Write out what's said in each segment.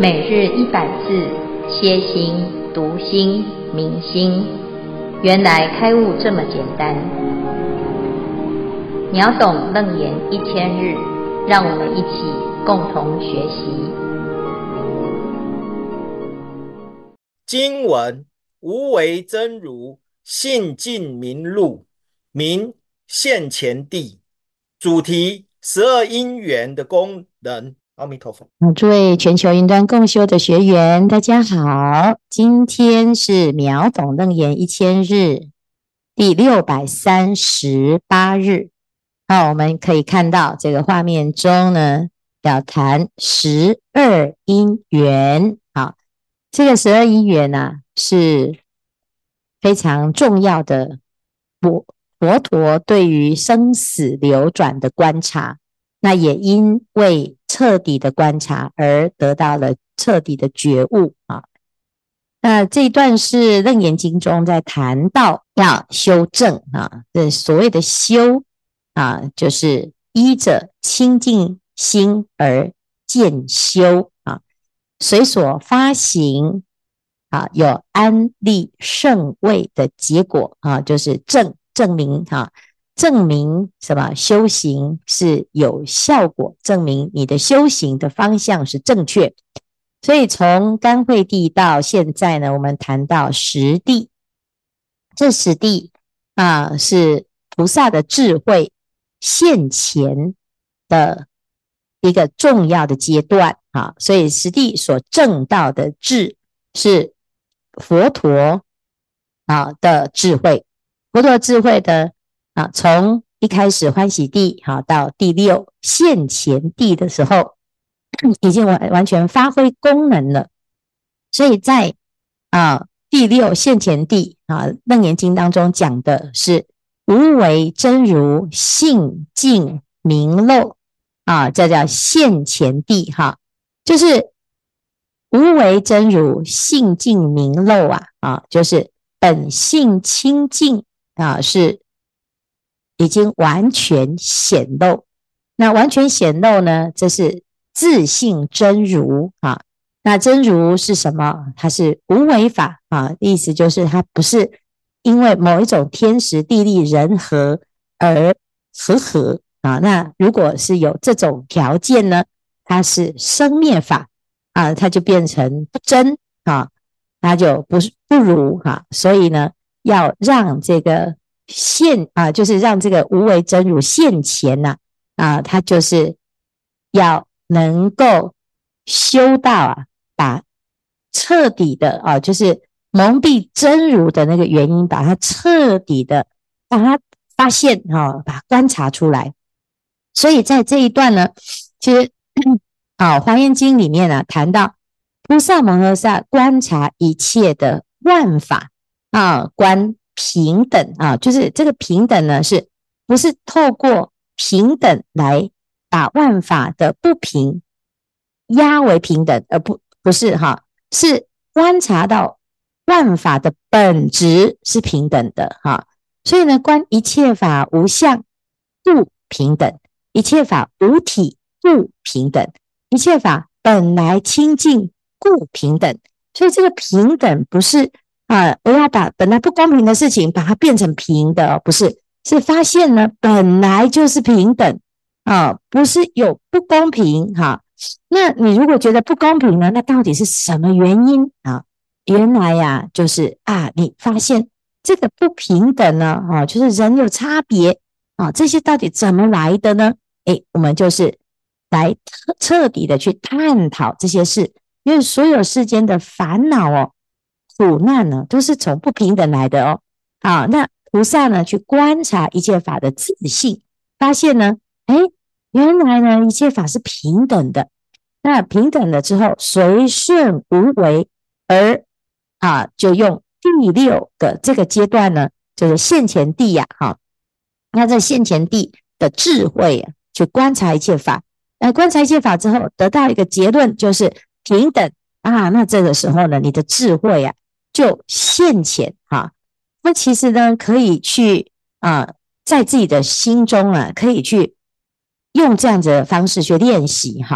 每日100字，歇心、读心、明心，原来开悟这么简单。秒懂楞严1000日，让我们一起共同学习。 经文：无为真如，性净明路，名现前地。主题：12因缘的功能。阿弥陀佛。 诸位全球云端共修的学员，大家好，今天是秒懂楞严1000日第638日。好，我们可以看到这个画面中呢，要谈12因缘。好，这个12因缘啊，是非常重要的佛陀对于生死流转的观察。那也因为彻底的观察而得到了彻底的觉悟啊。那这一段是楞严经中在谈到要修正啊，这所谓的修啊，就是依着清净心而渐修啊，随所发行啊，有安立圣位的结果啊，就是证明啊。证明什么？修行是有效果，证明你的修行的方向是正确。所以从甘惠地到现在呢，我们谈到十地，这十地啊是菩萨的智慧现前的一个重要的阶段啊。所以十地所证到的智是佛陀啊的智慧，佛陀智慧的。啊，从一开始欢喜地好到第6现前地的时候，已经完全发挥功能了。所以在第6现前地啊，楞严经当中讲的是无为真如性净明漏啊，这叫现前地哈，就是无为真如性净明漏啊，就是本性清净啊，是已经完全显露。那完全显露呢，这是自性真如啊。那真如是什么？它是无为法啊，意思就是它不是因为某一种天时地利人和而合啊。那如果是有这种条件呢，它是生灭法啊，它就变成不真啊，它就不如啊。所以呢，要让这个就是让这个无为真如现前它就是要能够修到把彻底的就是蒙蔽真如的那个原因，把它彻底的把它发现把它观察出来。所以在这一段呢，其实华严经里面谈到菩萨摩诃萨观察一切的万法观平等就是这个平等呢，是不是透过平等来把万法的不平压为平等，而不是是观察到万法的本质是平等的所以呢，观一切法无相故平等，一切法无体故平等，一切法本来清净故平等。所以这个平等不是我要把本来不公平的事情把它变成平的不是，是发现呢本来就是平等不是有不公平那你如果觉得不公平呢，那到底是什么原因原来就是你发现这个不平等呢就是人有差别这些到底怎么来的呢？我们就是来彻底的去探讨这些事，因为所有世间的烦恼苦难呢，都是从不平等来的那菩萨呢，去观察一切法的自性，发现呢，原来呢，一切法是平等的。那平等了之后，随顺无为，而就用第6个这个阶段呢，就是现前地那这现前地的智慧去观察一切法，观察一切法之后，得到一个结论，就是平等那这个时候呢，你的智慧就现前那其实呢，可以去在自己的心中可以去用这样子的方式去练习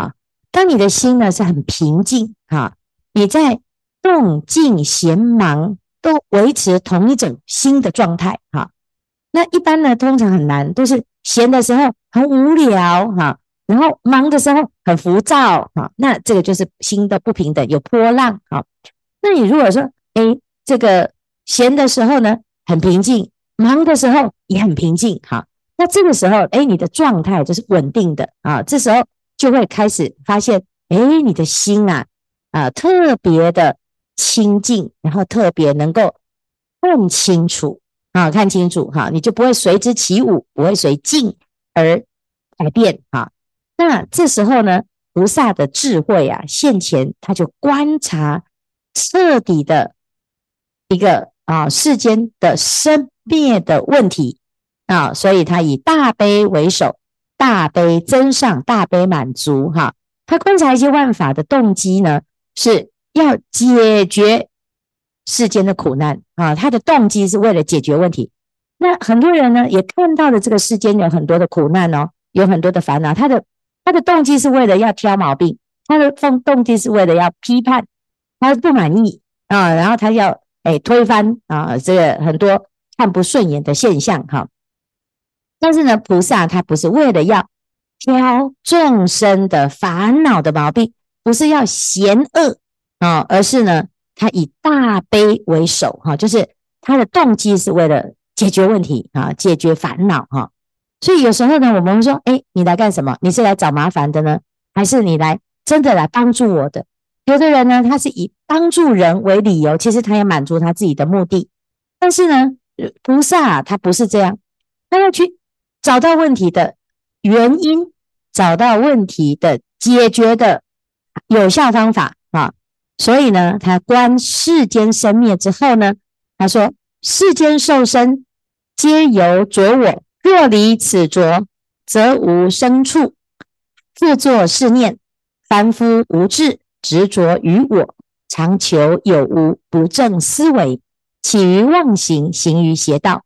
当你的心呢是很平静啊，你在动静闲忙都维持同一种心的状态哈。那一般呢，通常很难，都是闲的时候很无聊哈，然后忙的时候很浮躁哈。那这个就是心的不平等，有波浪哈。那你如果说，这个闲的时候呢很平静，忙的时候也很平静哈。那这个时候，你的状态就是稳定的啊。这时候就会开始发现，你的心特别的清净，然后特别能够看清楚啊，看清楚哈，你就不会随之起舞，不会随境而改变啊。那这时候呢，菩萨的智慧现前，他就观察彻底的一个世间的生灭的问题啊，所以他以大悲为首，大悲增上，大悲满足哈。他观察一些万法的动机呢，是要解决世间的苦难啊，他的动机是为了解决问题。那很多人呢，也看到了这个世间有很多的苦难哦，有很多的烦恼，他的动机是为了要挑毛病，他的动机是为了要批判，他不满意啊，然后他要推翻这个很多看不顺眼的现象哈。但是呢，菩萨他不是为了要挑众生的烦恼的毛病，不是要嫌恶而是呢，他以大悲为首就是他的动机是为了解决问题解决烦恼所以有时候呢，我们说，你来干什么？你是来找麻烦的呢，还是你真的来帮助我的？有的人呢，他是以帮助人为理由，其实他也满足他自己的目的。但是呢，菩萨他不是这样，他要去找到问题的原因，找到问题的解决的有效方法所以呢，他观世间生灭之后呢，他说世间受生皆由着我，若离此着，则无生处。复作是念，凡夫无智，执着于我，常求有无，不正思维，起于妄行，行于邪道。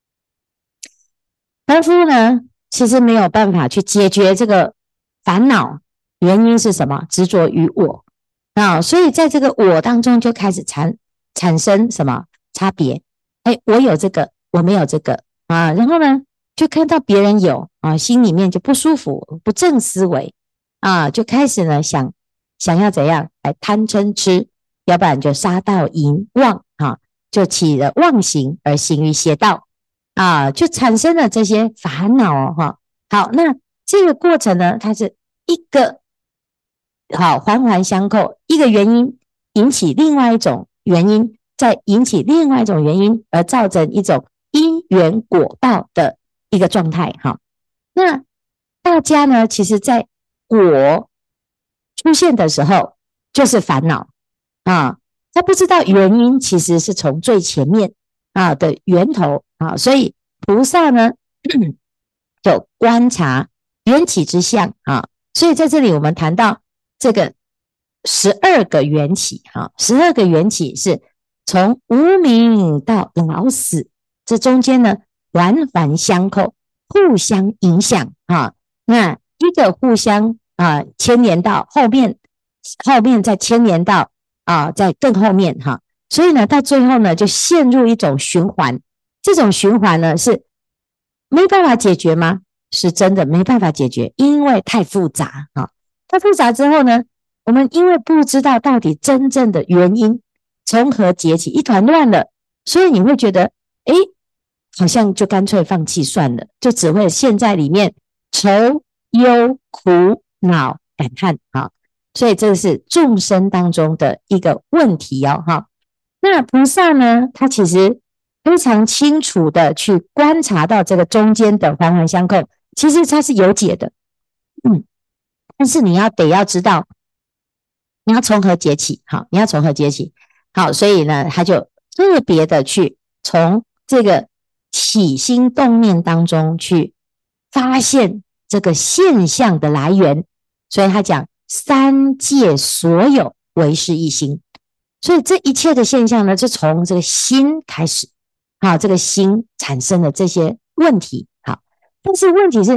凡夫呢，其实没有办法去解决这个烦恼，原因是什么？执着于我所以在这个我当中就开始产生什么差别？我有这个，我没有这个然后呢，就看到别人有心里面就不舒服，不正思维就开始呢想要怎样来贪嗔痴，要不然就杀盗淫妄就起了妄行而行于邪道就产生了这些烦恼好，那这个过程呢，它是一个环环相扣，一个原因引起另外一种原因，再引起另外一种原因，而造成一种因缘果报的一个状态那大家呢，其实在果出现的时候就是烦恼他不知道原因其实是从最前面的源头所以菩萨呢就观察缘起之相所以在这里我们谈到这个12个缘起12个缘起是从无明到老死，这中间呢环环相扣，互相影响那一个互相牵连到后面再牵连到在更后面所以呢到最后呢就陷入一种循环。这种循环呢是没办法解决吗？是真的没办法解决，因为太复杂太复杂之后呢，我们因为不知道到底真正的原因从何解起，一团乱了，所以你会觉得好像就干脆放弃算了，就只会陷在里面愁忧苦恼感叹所以这是众生当中的一个问题那菩萨呢，他其实非常清楚的去观察到这个中间的环环相扣，其实它是有解的但是你得要知道你要从何解起你要从何解起所以呢他就特别的去从这个起心动念当中去发现这个现象的来源，所以他讲三界所有唯是一心，所以这一切的现象呢，就从这个心开始这个心产生了这些问题但是问题是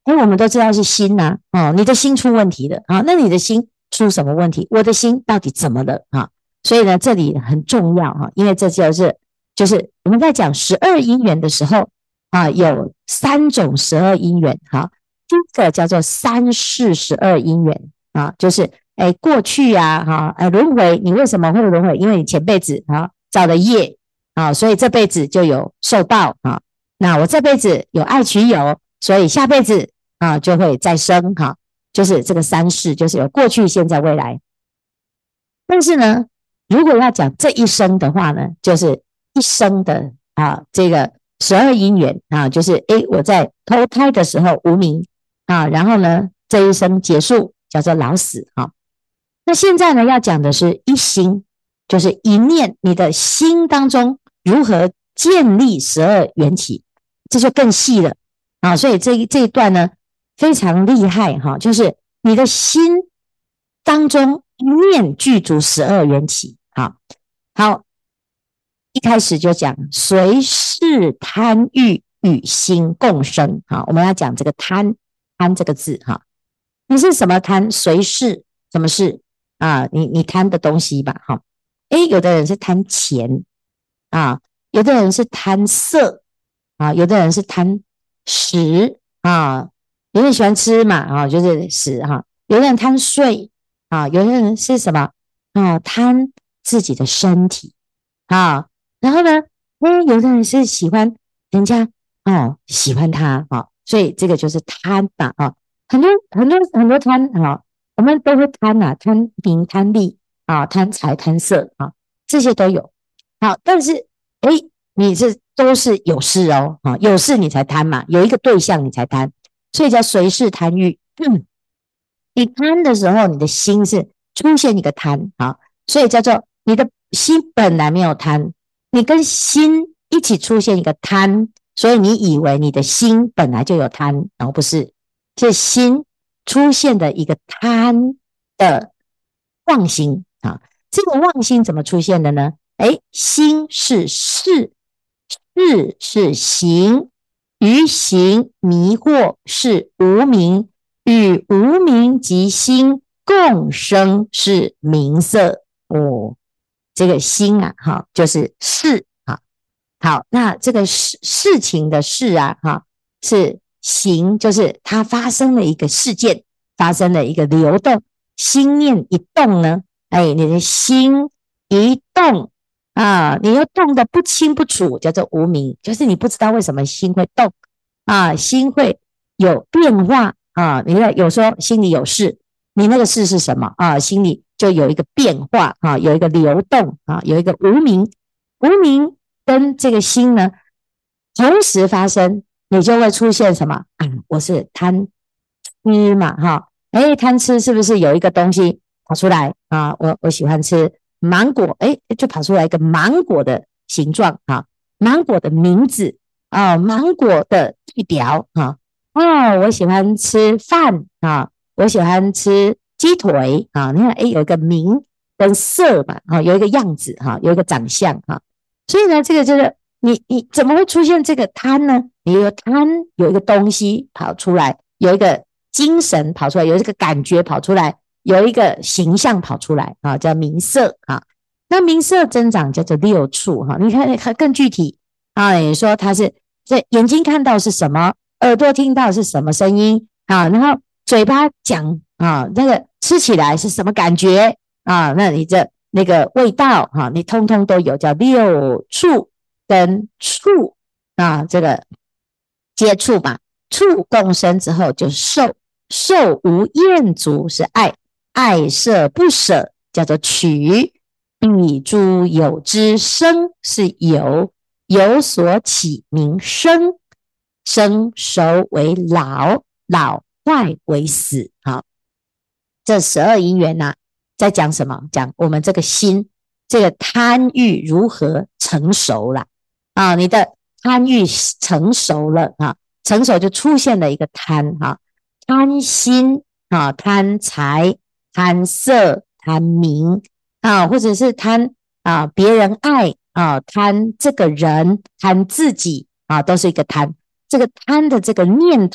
我们都知道是心呐，你的心出问题了啊，那你的心出什么问题？我的心到底怎么了啊？所以呢，这里很重要哈，因为这就是我们在讲12因缘的时候啊，有3种12因缘哈。第一个叫做三世12因缘啊，就是过去啊轮回，你为什么会轮回？因为你前辈子造的业啊，所以这辈子就有受报啊。那我这辈子有爱取有，所以下辈子啊就会再生哈，就是这个三世，就是有过去、现在、未来。但是呢，如果要讲这一生的话呢，就是一生的这个12因缘啊，就是我在投胎的时候无明啊，然后呢这一生结束叫做老死啊。那现在呢要讲的是一心，就是一念，你的心当中如何建立12缘起，这就更细了啊。所以这一段呢非常厉害哈，就是你的心当中一念具足12缘起。好，一开始就讲随事贪欲与心共生。我们要讲这个贪这个字哈，你是什么贪？随事什么事啊？你贪的东西吧哈。有的人是贪钱啊，有的人是贪色啊，有的人是贪食啊，有人喜欢吃嘛就是食哈。有的人贪睡啊，有的人是什么贪自己的身体啊。然后呢，有的人是喜欢人家喜欢他所以这个就是贪嘛很多贪我们都会贪贪名贪利贪财贪色这些都有。好，但是你都是有事有事你才贪嘛，有一个对象你才贪，所以叫随事贪欲。你贪的时候，你的心是出现一个贪所以叫做你的心本来没有贪，你跟心一起出现一个贪，所以你以为你的心本来就有贪，然后不是，是心出现的一个贪的妄心这个妄心怎么出现的呢？心是事，事是行，于行迷惑是无明，与无明及心共生是名色这个心就是事好，那这个事情的事是行，就是它发生了一个事件，发生了一个流动，心念一动呢，你的心一动你又动得不清不楚，叫做无明，就是你不知道为什么心会动心会有变化你有时候心里有事，你那个事是什么心里就有一个变化有一个流动有一个无明跟这个心呢同时发生，你就会出现什么我是贪吃嘛贪吃是不是有一个东西跑出来我喜欢吃芒果就跑出来一个芒果的形状芒果的名字芒果的地表我喜欢吃饭我喜欢吃鸡腿你看有一个名跟色嘛有一个样子有一个长相所以呢这个就是你怎么会出现这个贪呢？你有贪，有一个东西跑出来，有一个精神跑出来，有一个感觉跑出来，有一个形象跑出来叫名色那名色增长叫做六处你看更具体你说它是这眼睛看到是什么，耳朵听到是什么声音然后嘴巴讲那个吃起来是什么感觉那你这那个味道你通通都有，叫六处跟触这个接触嘛，触共生之后就受无厌足是爱舍不舍叫做取，彼诸有之生是有所起名生熟为老坏为死这12因缘在讲什么？讲我们这个心这个贪欲如何成熟了你的贪欲成熟了成熟就出现了一个贪贪心贪财贪色贪名或者是贪别人爱贪这个人贪自己都是一个贪。这个贪的这个念头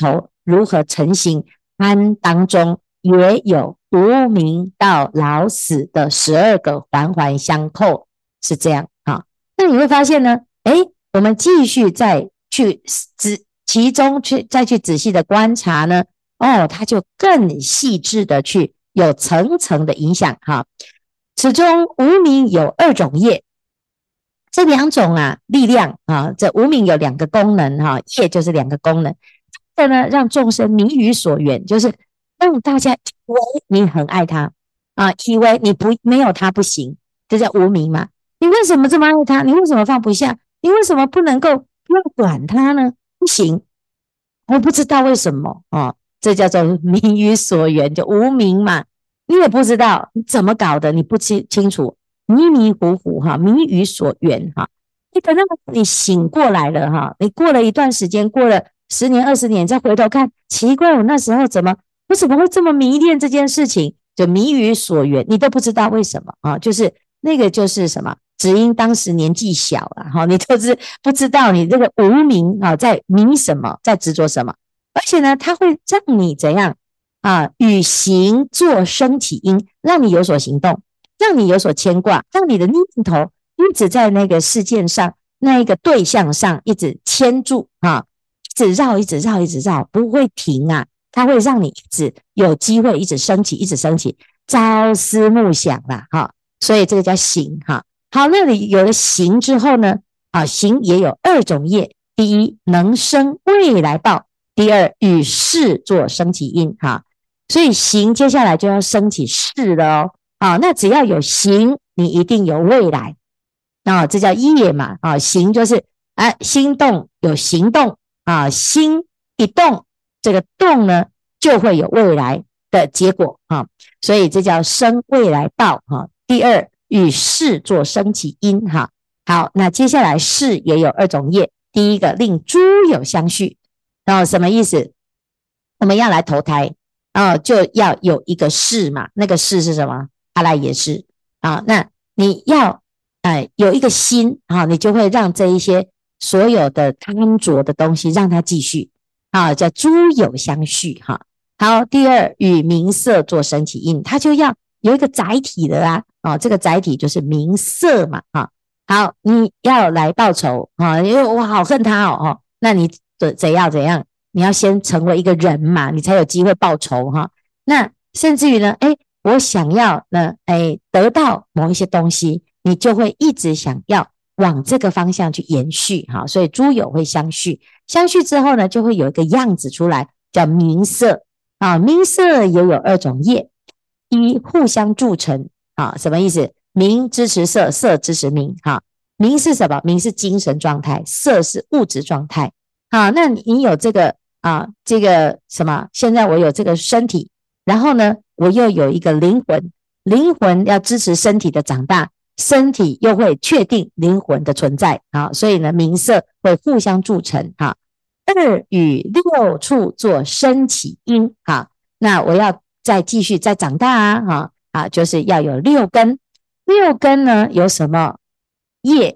如何成形，安当中也有无明到老死的12个环环相扣，是这样啊。那你会发现呢，我们继续再去其中再去仔细的观察呢，它就更细致的去有层层的影响哈。此中无明有2种业，这2种力量啊，这无明有2个功能哈，业就是2个功能。这呢，让众生迷于所缘，就是让大家以为你很爱他啊，以为你没有他不行，这叫无明嘛。你为什么这么爱他？你为什么放不下？你为什么不能够不要管他呢？不行，我不知道为什么这叫做迷于所缘，就无明嘛。你也不知道你怎么搞的，你不清楚，迷迷糊糊迷于所缘你等到你醒过来了你过了一段时间，过了10年20年，再回头看，奇怪，我那时候我怎么会这么迷恋这件事情？就迷于所缘，你都不知道为什么就是那个就是什么，只因当时年纪小你都是不知道你这个无明在迷什么，在执着什么，而且呢，它会让你怎样与行作生起因，让你有所行动，让你有所牵挂，让你的念头一直在那个事件上，那一个对象上一直牵住一直绕，一直绕，一直绕，不会停它会让你一直有机会一直升起，一直升起，朝思暮想啦所以这个叫行好，那你有了行之后呢行也有2种业，第一能生未来报，第二与事作生起因所以行接下来就要升起事了那只要有行，你一定有未来这叫业嘛行就是心动有行动心一动，这个动呢就会有未来的结果所以这叫生未来报第二与事作生起因好，那接下来事也有2种业，第一个令诸有相续什么意思？我们要来投胎就要有一个事嘛，那个事是什么？阿赖耶识那你要有一个心你就会让这一些所有的贪着的东西让它继续叫诸有相续好，第二与名色作生起因，它就要有一个载体的这个载体就是名色嘛好，你要来报仇因为我好恨他那你怎样？你要先成为一个人嘛，你才有机会报仇那甚至于呢，我想要呢，得到某一些东西，你就会一直想要往这个方向去延续所以诸有会相续，相续之后呢，就会有一个样子出来，叫名色名色也有2种业，一互相助成什么意思？名支持色，色支持名名是什么？名是精神状态，色是物质状态那你有这个这个什么？现在我有这个身体，然后呢，我又有一个灵魂，灵魂要支持身体的长大，身体又会确定灵魂的存在所以呢，名色会互相助成二与6处作生起因那我要再继续再长大就是要有6根，6根呢有什么业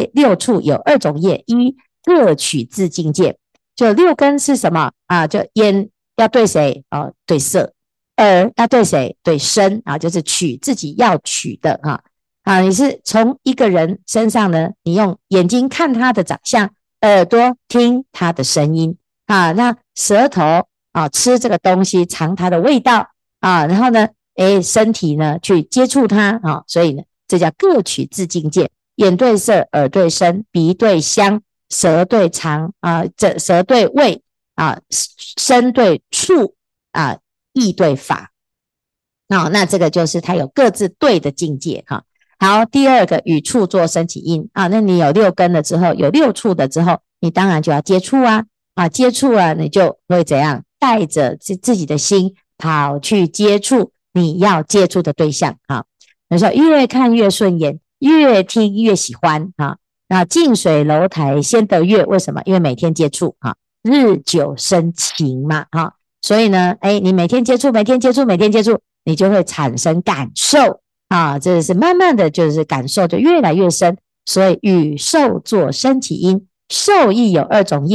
6处有2种业，一各取自境界，就6根是什么就眼要对谁对色，耳要对谁对声就是取自己要取的你是从一个人身上呢，你用眼睛看他的长相，耳朵听他的声音那舌头吃这个东西尝它的味道然后呢身体呢去接触它所以呢这叫各取自境界，眼对色，耳对声，鼻对香，舌对尝这舌对味身对触意对法那这个就是它有各自对的境界好，第二个与处作生起因那你有6根了之后，有6处的之后，你当然就要接触接触你就会怎样？带着自己的心跑去接触你要接触的对象比如说越看越顺眼，越听越喜欢那近水楼台先得月，为什么？因为每天接触日久生情嘛所以呢你每天接触，每天接触，每天接触，你就会产生感受这是慢慢的就是感受就越来越深，所以与受作生起因，受亦有2种业，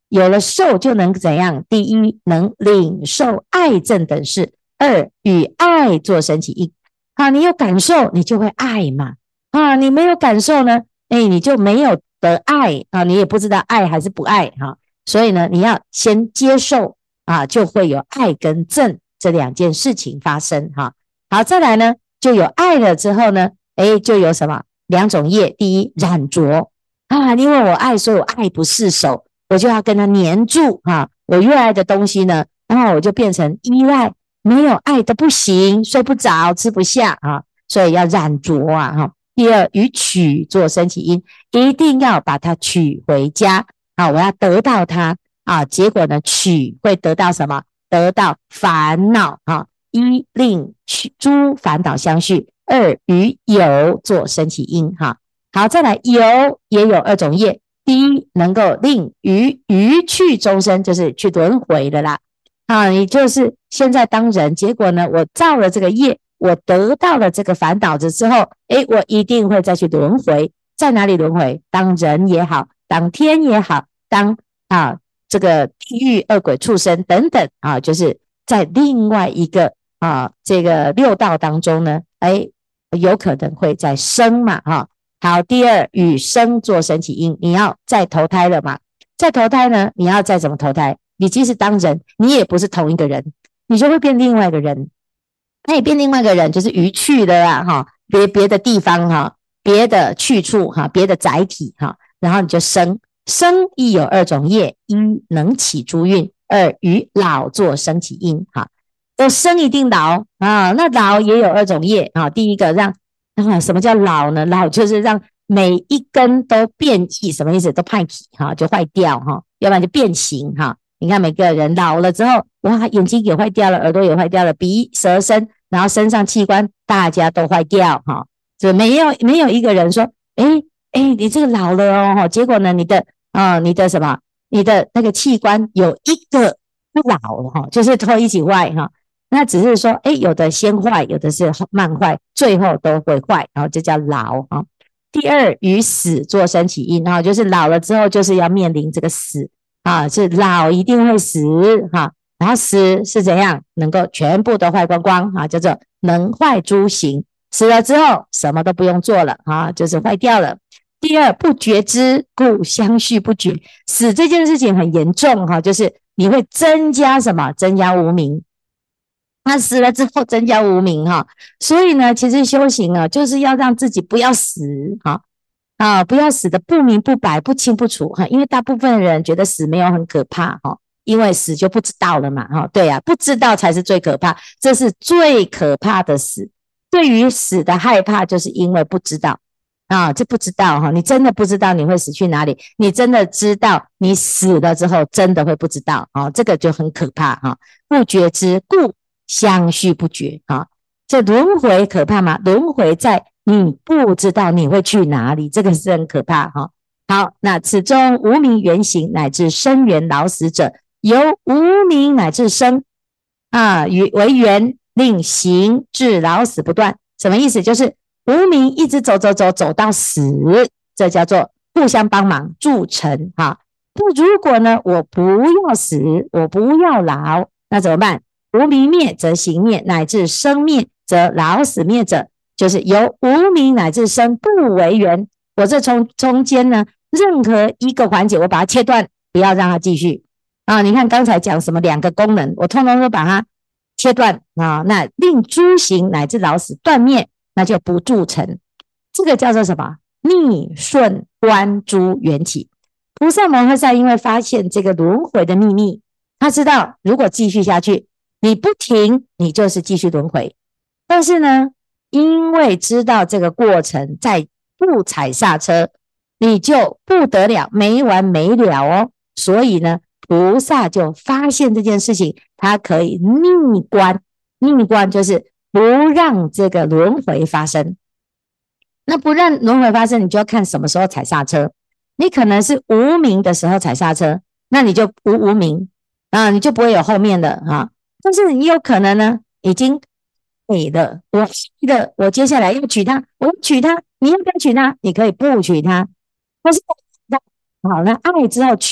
有了受就能怎样？第一，能领受爱憎等事；二，与爱做升起因。你有感受，你就会爱嘛。你没有感受呢，你就没有得爱你也不知道爱还是不爱所以呢，你要先接受就会有爱跟憎这两件事情发生好，再来呢，就有爱了之后呢，就有什么两种业？第一，染着因为我爱，所以我爱不释手，我就要跟他黏住我越爱的东西呢，然后我就变成依赖，没有爱的不行，睡不着，吃不下所以要染着第二，与取做升起因，一定要把它取回家我要得到它结果呢，取会得到什么？得到烦恼一，令诸烦恼相续；二，与有做升起因好，再来有也有二种业，第一，能够令于去终生，就是去轮回的啦你就是现在当人，结果呢，我造了这个业，我得到了这个烦恼之后我一定会再去轮回，在哪里轮回？当人也好，当天也好，当这个地狱、恶鬼、畜生等等就是在另外一个这个六道当中呢有可能会再生嘛好，第二，与生做升起因，你要再投胎了嘛？再投胎呢，你要再怎么投胎？你即使当人，你也不是同一个人，你就会变另外一个人。那你变另外一个人，就是余去的啦别的地方别的去处别的载体然后你就生亦有二种业，一，能起诸运；二，与老做升起因我生一定老那老也有二种业第一个让什么叫老呢？老就是让每一根都变异，什么意思？都派体就坏掉要不然就变形你看每个人老了之后，哇，眼睛也坏掉了，耳朵也坏掉了，鼻舌身，然后身上器官大家都坏掉就没有一个人说你这个老了结果呢你的什么？你的那个器官有一个不老了就是都一起坏那只是说有的先坏，有的是慢坏，最后都会坏，然后这叫老第二，与死做升起因就是老了之后就是要面临这个死是老一定会死然后死是怎样？能够全部都坏光光叫做能坏诸行，死了之后什么都不用做了就是坏掉了。第二，不觉知，故相续不绝。死这件事情很严重就是你会增加什么？增加无明。那死了之后增加无明所以呢，其实修行就是要让自己不要死不要死的不明不白、不清不楚因为大部分人觉得死没有很可怕因为死就不知道了嘛对不知道才是最可怕，这是最可怕的死。对于死的害怕，就是因为不知道这不知道你真的不知道你会死去哪里，你真的知道你死了之后真的会不知道这个就很可怕不觉知，故相续不绝这轮回可怕吗？轮回在你不知道你会去哪里，这个是很可怕好，那此中无明原形乃至生缘老死者，由无明乃至生为缘，令行至老死不断。什么意思？就是无明一直走到死，这叫做互相帮忙助成那如果呢，我不要死，我不要老，那怎么办？无明灭则行灭，乃至生灭则老死灭者，就是由无明乃至生不为缘。我这中间呢，任何一个环节我把它切断，不要让它继续你看刚才讲什么两个功能，我通通都把它切断那令诸行乃至老死断灭，那就不助成。这个叫做什么？逆顺观诸缘起。菩萨摩诃萨因为发现这个轮回的秘密，他知道如果继续下去，你不停，你就是继续轮回。但是呢，因为知道这个过程，再不踩刹车，你就不得了，没完没了所以呢，菩萨就发现这件事情，他可以逆观。逆观就是不让这个轮回发生。那不让轮回发生，你就要看什么时候踩刹车。你可能是无明的时候踩刹车，那你就无明你就不会有后面的但是你有可能呢，已经给了我接下来要娶她，我要娶她，你要不要娶她？你可以不娶她，但是好，那爱之后娶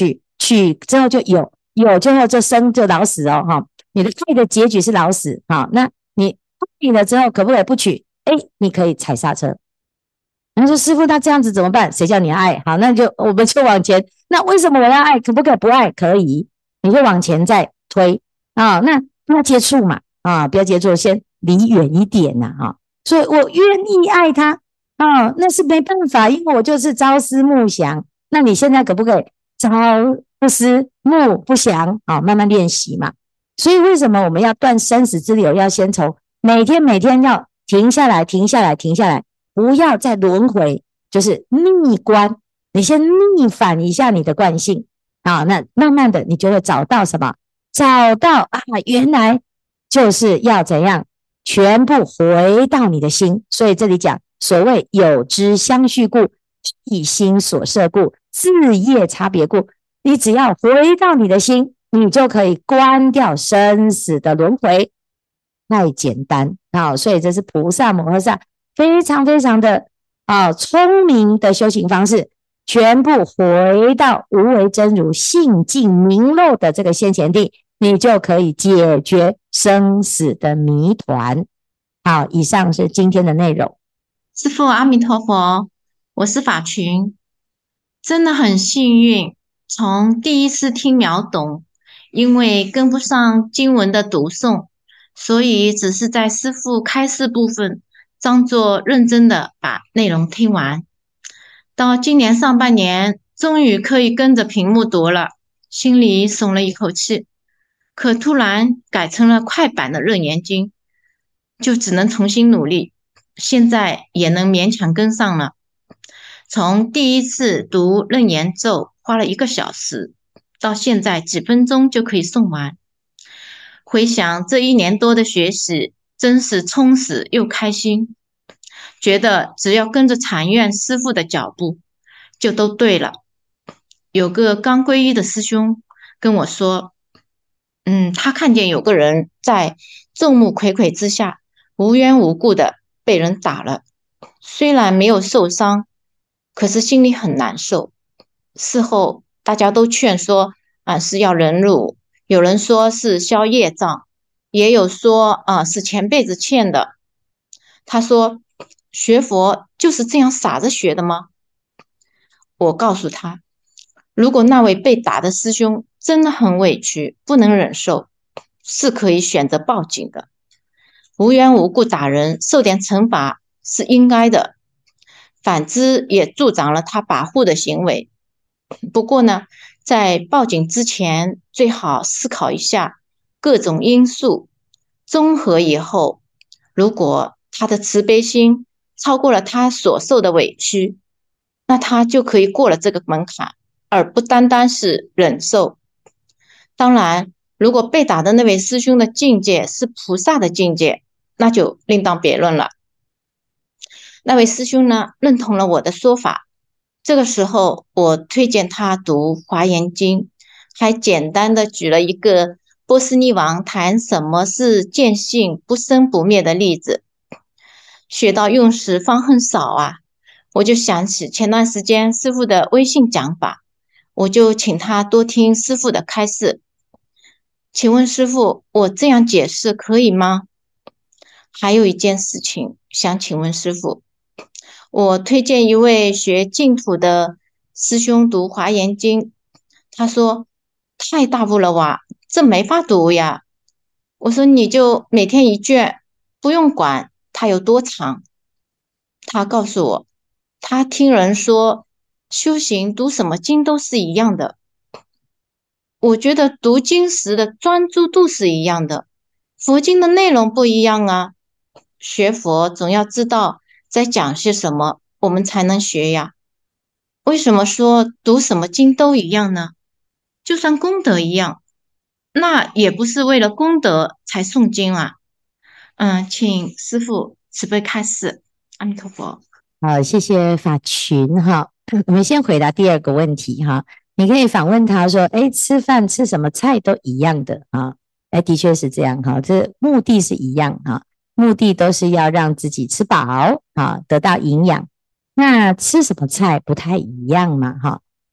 取之后就有，有之后就生就老死哦，哈，你的爱的结局是老死，好，那你爱了之后可不可以不取？哎，你可以踩刹车。然后说师父，那这样子怎么办？谁叫你爱？好，那就我们就往前。那为什么我要爱？可不可以不爱？可以，你就往前再推啊。那不要接触嘛，啊，不要接触，先离远一点呐，啊。所以我愿意爱他啊，那是没办法，因为我就是朝思暮想。那你现在可不可以朝不思暮不想啊？慢慢练习嘛。所以为什么我们要断生死之流？要先从每天每天要停下来，停下来，停下来。不要再轮回，就是逆观，你先逆反一下你的惯性啊，那慢慢的你就会找到什么？找到啊，原来就是要怎样，全部回到你的心。所以这里讲所谓有知相续故，一心所摄故，自业差别故。你只要回到你的心，你就可以关掉生死的轮回，太简单啊！所以这是菩萨摩诃萨非常非常的聪明的修行方式，全部回到无为真如性净明漏的这个现前地，你就可以解决生死的谜团。好，以上是今天的内容。 师父阿弥陀佛，我是法群，真的很幸运，从第一次听秒懂，因为跟不上经文的读诵，所以只是在师父开示部分当作认真的把内容听完。到今年上半年，终于可以跟着屏幕读了，心里松了一口气。可突然改成了快版的《楞严经》，就只能重新努力。现在也能勉强跟上了。从第一次读楞严咒花了1个小时，到现在几分钟就可以诵完。回想这1年多的学习，真是充实又开心。觉得只要跟着禅院师父的脚步，就都对了。有个刚皈依的师兄跟我说，他看见有个人在众目睽睽之下，无缘无故的被人打了，虽然没有受伤，可是心里很难受。事后大家都劝说是要忍辱，有人说是消业障，也有说是前辈子欠的。他说学佛就是这样傻着学的吗？我告诉他，如果那位被打的师兄真的很委屈，不能忍受，是可以选择报警的。无缘无故打人，受点惩罚是应该的，反之也助长了他跋扈的行为。不过呢，在报警之前，最好思考一下各种因素，综合以后，如果他的慈悲心超过了他所受的委屈，那他就可以过了这个门槛，而不单单是忍受。当然，如果被打的那位师兄的境界是菩萨的境界，那就另当别论了。那位师兄呢，认同了我的说法。这个时候，我推荐他读《华严经》，还简单的举了一个波斯匿王谈什么是见性不生不灭的例子。学到用时方恨少啊，我就想起前段时间师父的微信讲法，我就请他多听师父的开示。请问师父，我这样解释可以吗？还有一件事情想请问师父，我推荐一位学净土的师兄读《华严经》，他说太大部了哇，这没法读呀。我说你就每天1卷，不用管它有多长。他告诉我，他听人说修行读什么经都是一样的。我觉得读经时的专注度是一样的，佛经的内容不一样啊。学佛总要知道在讲些什么，我们才能学呀。为什么说读什么经都一样呢？就算功德一样，那也不是为了功德才诵经啊。请师父慈悲开示，阿弥陀佛。 好，谢谢法群哈。我们先回答第2个问题哈。你可以反问他说：“吃饭吃什么菜都一样的啊？”的确是这样哈，这目的是一样哈，目的都是要让自己吃饱啊，得到营养。那吃什么菜不太一样嘛哈。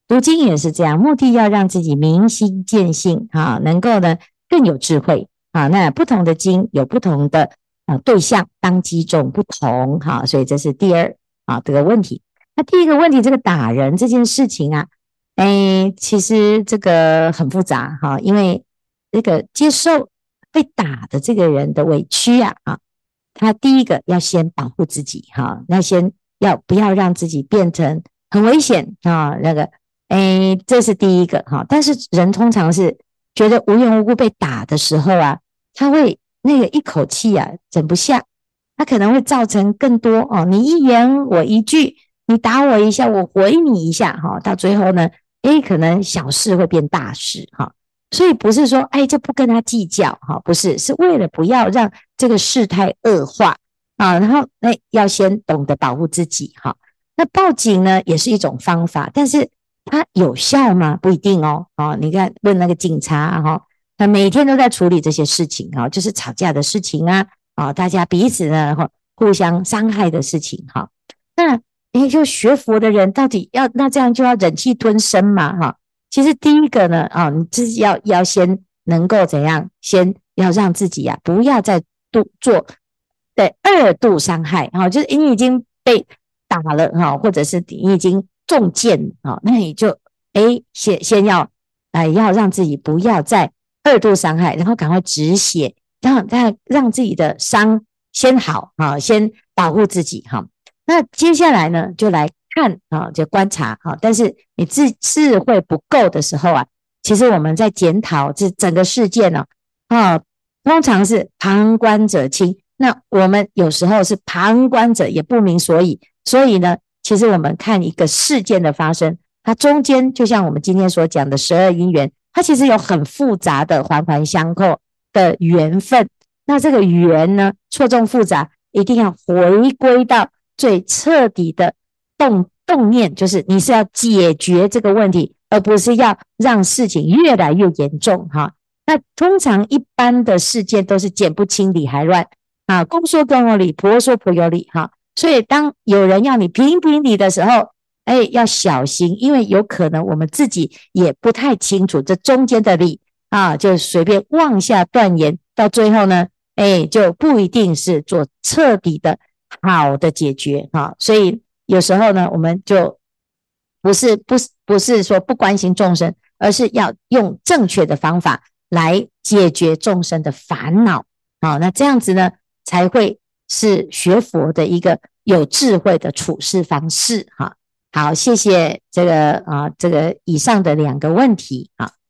读经也是这样，目的要让自己明心见性啊，能够呢更有智慧啊。那不同的经有不同的对象，当机众不同哈，所以这是第二这个问题。那第一个问题，这个打人这件事情啊，其实这个很复杂哈，因为这个接受被打的这个人的委屈他第一个要先保护自己哈，那先不要让自己变成很危险这是第一个哈。但是人通常是觉得无缘无故被打的时候他会那个一口气忍不下，他可能会造成更多你一言我一句，你打我一下我回你一下到最后呢可能小事会变大事所以不是说就不跟他计较不是，是为了不要让这个事态恶化然后要先懂得保护自己那报警呢也是一种方法，但是它有效吗？不一定你看问那个警察他每天都在处理这些事情就是吵架的事情大家彼此呢互相伤害的事情那就学佛的人到底那这样就要忍气吞声嘛其实第一个呢你自己要先能够怎样，先要让自己不要再做二度伤害就是你已经被打了或者是你已经中箭那你就先要让自己不要再二度伤害，然后赶快止血，让自己的伤先好先保护自己那接下来呢就来看就观察但是你智慧不够的时候其实我们在检讨这整个事件通常是旁观者清，那我们有时候是旁观者也不明所以，所以呢其实我们看一个事件的发生，它中间就像我们今天所讲的12因缘，它其实有很复杂的环环相扣的缘分，那这个缘呢错综复杂，一定要回归到最彻底的动念，就是你是要解决这个问题，而不是要让事情越来越严重那通常一般的事件都是剪不清理还乱公说公有理，婆说婆有理所以当有人要你评评理的时候要小心，因为有可能我们自己也不太清楚这中间的理就随便妄下断言，到最后呢就不一定是做彻底的好的解决所以有时候呢我们就不是说不关心众生，而是要用正确的方法来解决众生的烦恼那这样子呢才会是学佛的一个有智慧的处事方式好，谢谢这个以上的2个问题